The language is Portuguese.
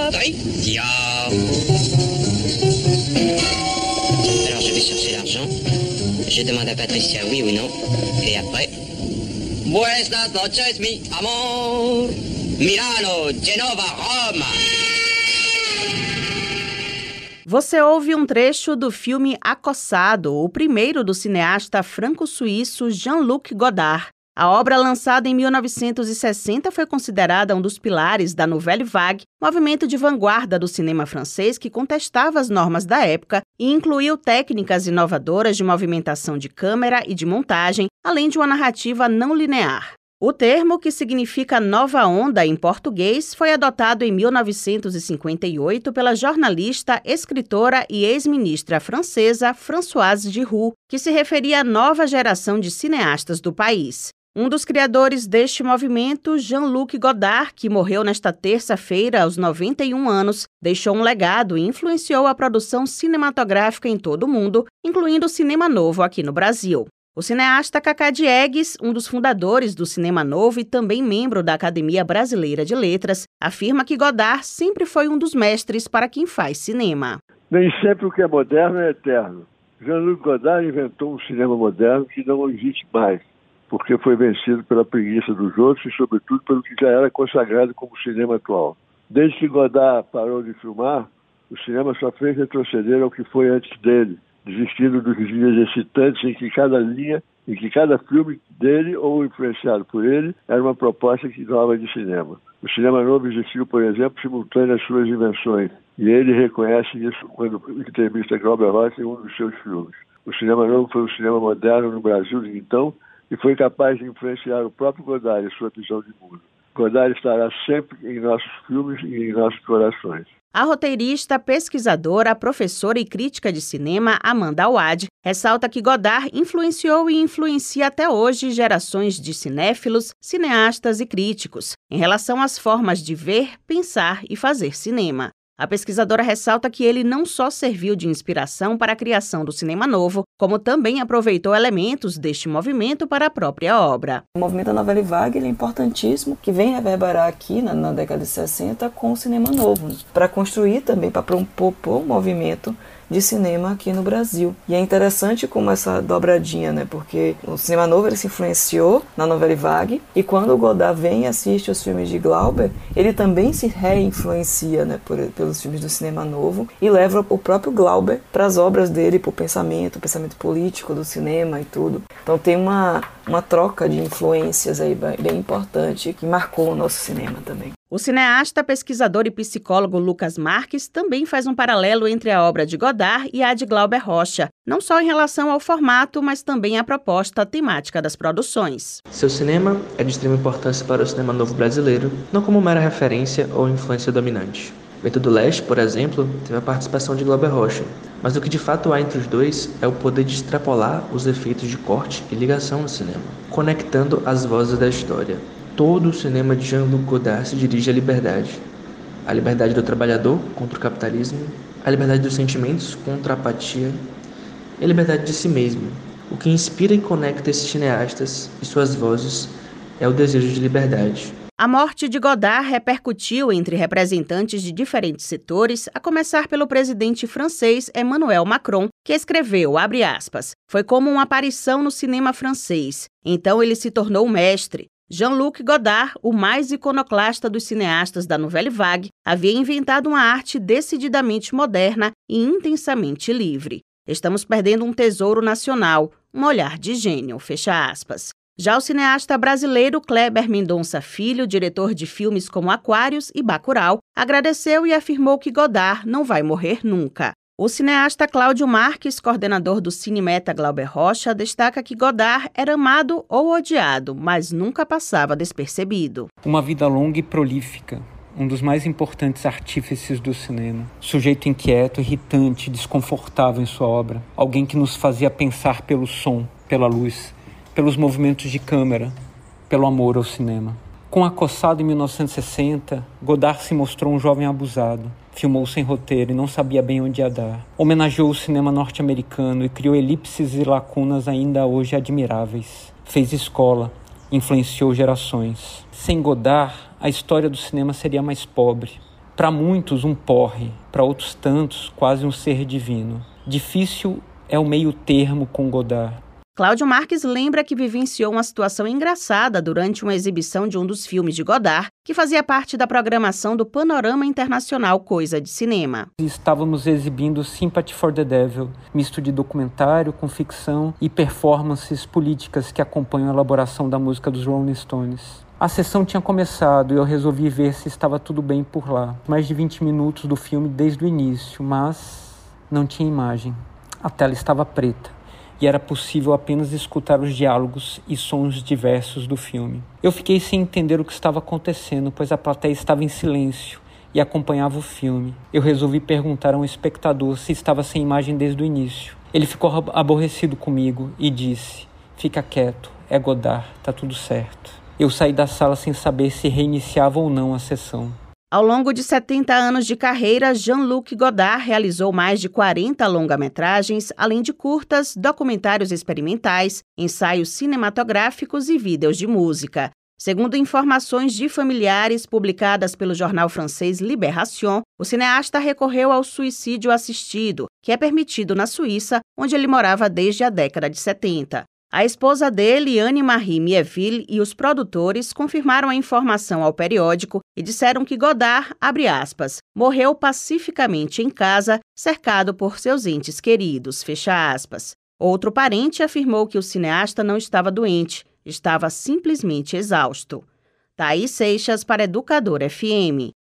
Tiens. Alors je vais chercher l'argent. Je demande à Patricia oui ou non. Et après... Buenas noches, mi amor. Milano, Genova, Roma. Você ouve um trecho do filme Acossado, o primeiro do cineasta franco-suíço Jean-Luc Godard. A obra, lançada em 1960, foi considerada um dos pilares da Nouvelle Vague, movimento de vanguarda do cinema francês que contestava as normas da época e incluiu técnicas inovadoras de movimentação de câmera e de montagem, além de uma narrativa não linear. O termo, que significa nova onda em português, foi adotado em 1958 pela jornalista, escritora e ex-ministra francesa Françoise Giroud, que se referia à nova geração de cineastas do país. Um dos criadores deste movimento, Jean-Luc Godard, que morreu nesta terça-feira aos 91 anos, deixou um legado e influenciou a produção cinematográfica em todo o mundo, incluindo o cinema novo aqui no Brasil. O cineasta Cacá Diegues, um dos fundadores do Cinema Novo e também membro da Academia Brasileira de Letras, afirma que Godard sempre foi um dos mestres para quem faz cinema. Nem sempre o que é moderno é eterno. Jean-Luc Godard inventou um cinema moderno que não existe mais, porque foi vencido pela preguiça dos outros e, sobretudo, pelo que já era consagrado como cinema atual. Desde que Godard parou de filmar, o cinema só fez retroceder ao que foi antes dele, desistindo dos dias excitantes em que cada linha, em que cada filme dele ou influenciado por ele era uma proposta nova de cinema. O cinema novo existiu, por exemplo, simultâneo às suas invenções, e ele reconhece isso quando entrevista Glauber Rocha em um dos seus filmes. O cinema novo foi o cinema moderno no Brasil de então e foi capaz de influenciar o próprio Godard e sua visão de mundo. Godard estará sempre em nossos filmes e em nossos corações. A roteirista, pesquisadora, professora e crítica de cinema Amanda Awad ressalta que Godard influenciou e influencia até hoje gerações de cinéfilos, cineastas e críticos em relação às formas de ver, pensar e fazer cinema. A pesquisadora ressalta que ele não só serviu de inspiração para a criação do cinema novo, como também aproveitou elementos deste movimento para a própria obra. O movimento da Nouvelle Vague é importantíssimo, que vem reverberar aqui na década de 60 com o cinema novo, para construir também, para propor um movimento de cinema aqui no Brasil. E é interessante como essa dobradinha, né? Porque o cinema novo ele se influenciou na Nouvelle Vague e quando o Godard vem e assiste os filmes de Glauber, ele também se reinfluencia, né, pelos filmes do cinema novo e leva o próprio Glauber para as obras dele, para o pensamento político do cinema e tudo. Então tem uma troca de influências aí bem importante que marcou o nosso cinema também. O cineasta, pesquisador e psicólogo Lucas Marques também faz um paralelo entre a obra de Godard e a de Glauber Rocha, não só em relação ao formato, mas também à proposta temática das produções. Seu cinema é de extrema importância para o cinema novo brasileiro, não como mera referência ou influência dominante. Vento do Leste, por exemplo, teve a participação de Glauber Rocha, mas o que de fato há entre os dois é o poder de extrapolar os efeitos de corte e ligação no cinema, conectando as vozes da história. Todo o cinema de Jean-Luc Godard se dirige à liberdade. A liberdade do trabalhador contra o capitalismo, a liberdade dos sentimentos contra a apatia e a liberdade de si mesmo. O que inspira e conecta esses cineastas e suas vozes é o desejo de liberdade. A morte de Godard repercutiu entre representantes de diferentes setores, a começar pelo presidente francês Emmanuel Macron, que escreveu, abre aspas, foi como uma aparição no cinema francês. Então ele se tornou um mestre. Jean-Luc Godard, o mais iconoclasta dos cineastas da Nouvelle Vague, havia inventado uma arte decididamente moderna e intensamente livre. Estamos perdendo um tesouro nacional, um olhar de gênio, fecha aspas. Já o cineasta brasileiro Kleber Mendonça Filho, diretor de filmes como Aquários e Bacurau, agradeceu e afirmou que Godard não vai morrer nunca. O cineasta Cláudio Marques, coordenador do Cinemeta Glauber Rocha, destaca que Godard era amado ou odiado, mas nunca passava despercebido. Uma vida longa e prolífica, um dos mais importantes artífices do cinema. Sujeito inquieto, irritante, desconfortável em sua obra. Alguém que nos fazia pensar pelo som, pela luz, pelos movimentos de câmera, pelo amor ao cinema. Com Acossado em 1960, Godard se mostrou um jovem abusado. Filmou sem roteiro e não sabia bem onde ia dar. Homenageou o cinema norte-americano e criou elipses e lacunas ainda hoje admiráveis. Fez escola, influenciou gerações. Sem Godard, a história do cinema seria mais pobre, Para muitos, um porre, para outros tantos, quase um ser divino. Difícil é o meio termo com Godard. Cláudio Marques lembra que vivenciou uma situação engraçada durante uma exibição de um dos filmes de Godard, que fazia parte da programação do Panorama Internacional Coisa de Cinema. Estávamos exibindo Sympathy for the Devil, misto de documentário com ficção e performances políticas que acompanham a elaboração da música dos Rolling Stones. A sessão tinha começado e eu resolvi ver se estava tudo bem por lá. Mais de 20 minutos do filme desde o início, mas não tinha imagem. A tela estava preta e era possível apenas escutar os diálogos e sons diversos do filme. Eu fiquei sem entender o que estava acontecendo, pois a plateia estava em silêncio e acompanhava o filme. Eu resolvi perguntar a um espectador se estava sem imagem desde o início. Ele ficou aborrecido comigo e disse: "Fica quieto, é Godard, tá tudo certo." Eu saí da sala sem saber se reiniciava ou não a sessão. Ao longo de 70 anos de carreira, Jean-Luc Godard realizou mais de 40 longa-metragens, além de curtas, documentários experimentais, ensaios cinematográficos e vídeos de música. Segundo informações de familiares publicadas pelo jornal francês Libération, o cineasta recorreu ao suicídio assistido, que é permitido na Suíça, onde ele morava desde a década de 70. A esposa dele, Anne-Marie Mieville, e os produtores confirmaram a informação ao periódico e disseram que Godard, abre aspas, morreu pacificamente em casa, cercado por seus entes queridos, fecha aspas. Outro parente afirmou que o cineasta não estava doente, estava simplesmente exausto. Thaís Seixas para Educador FM.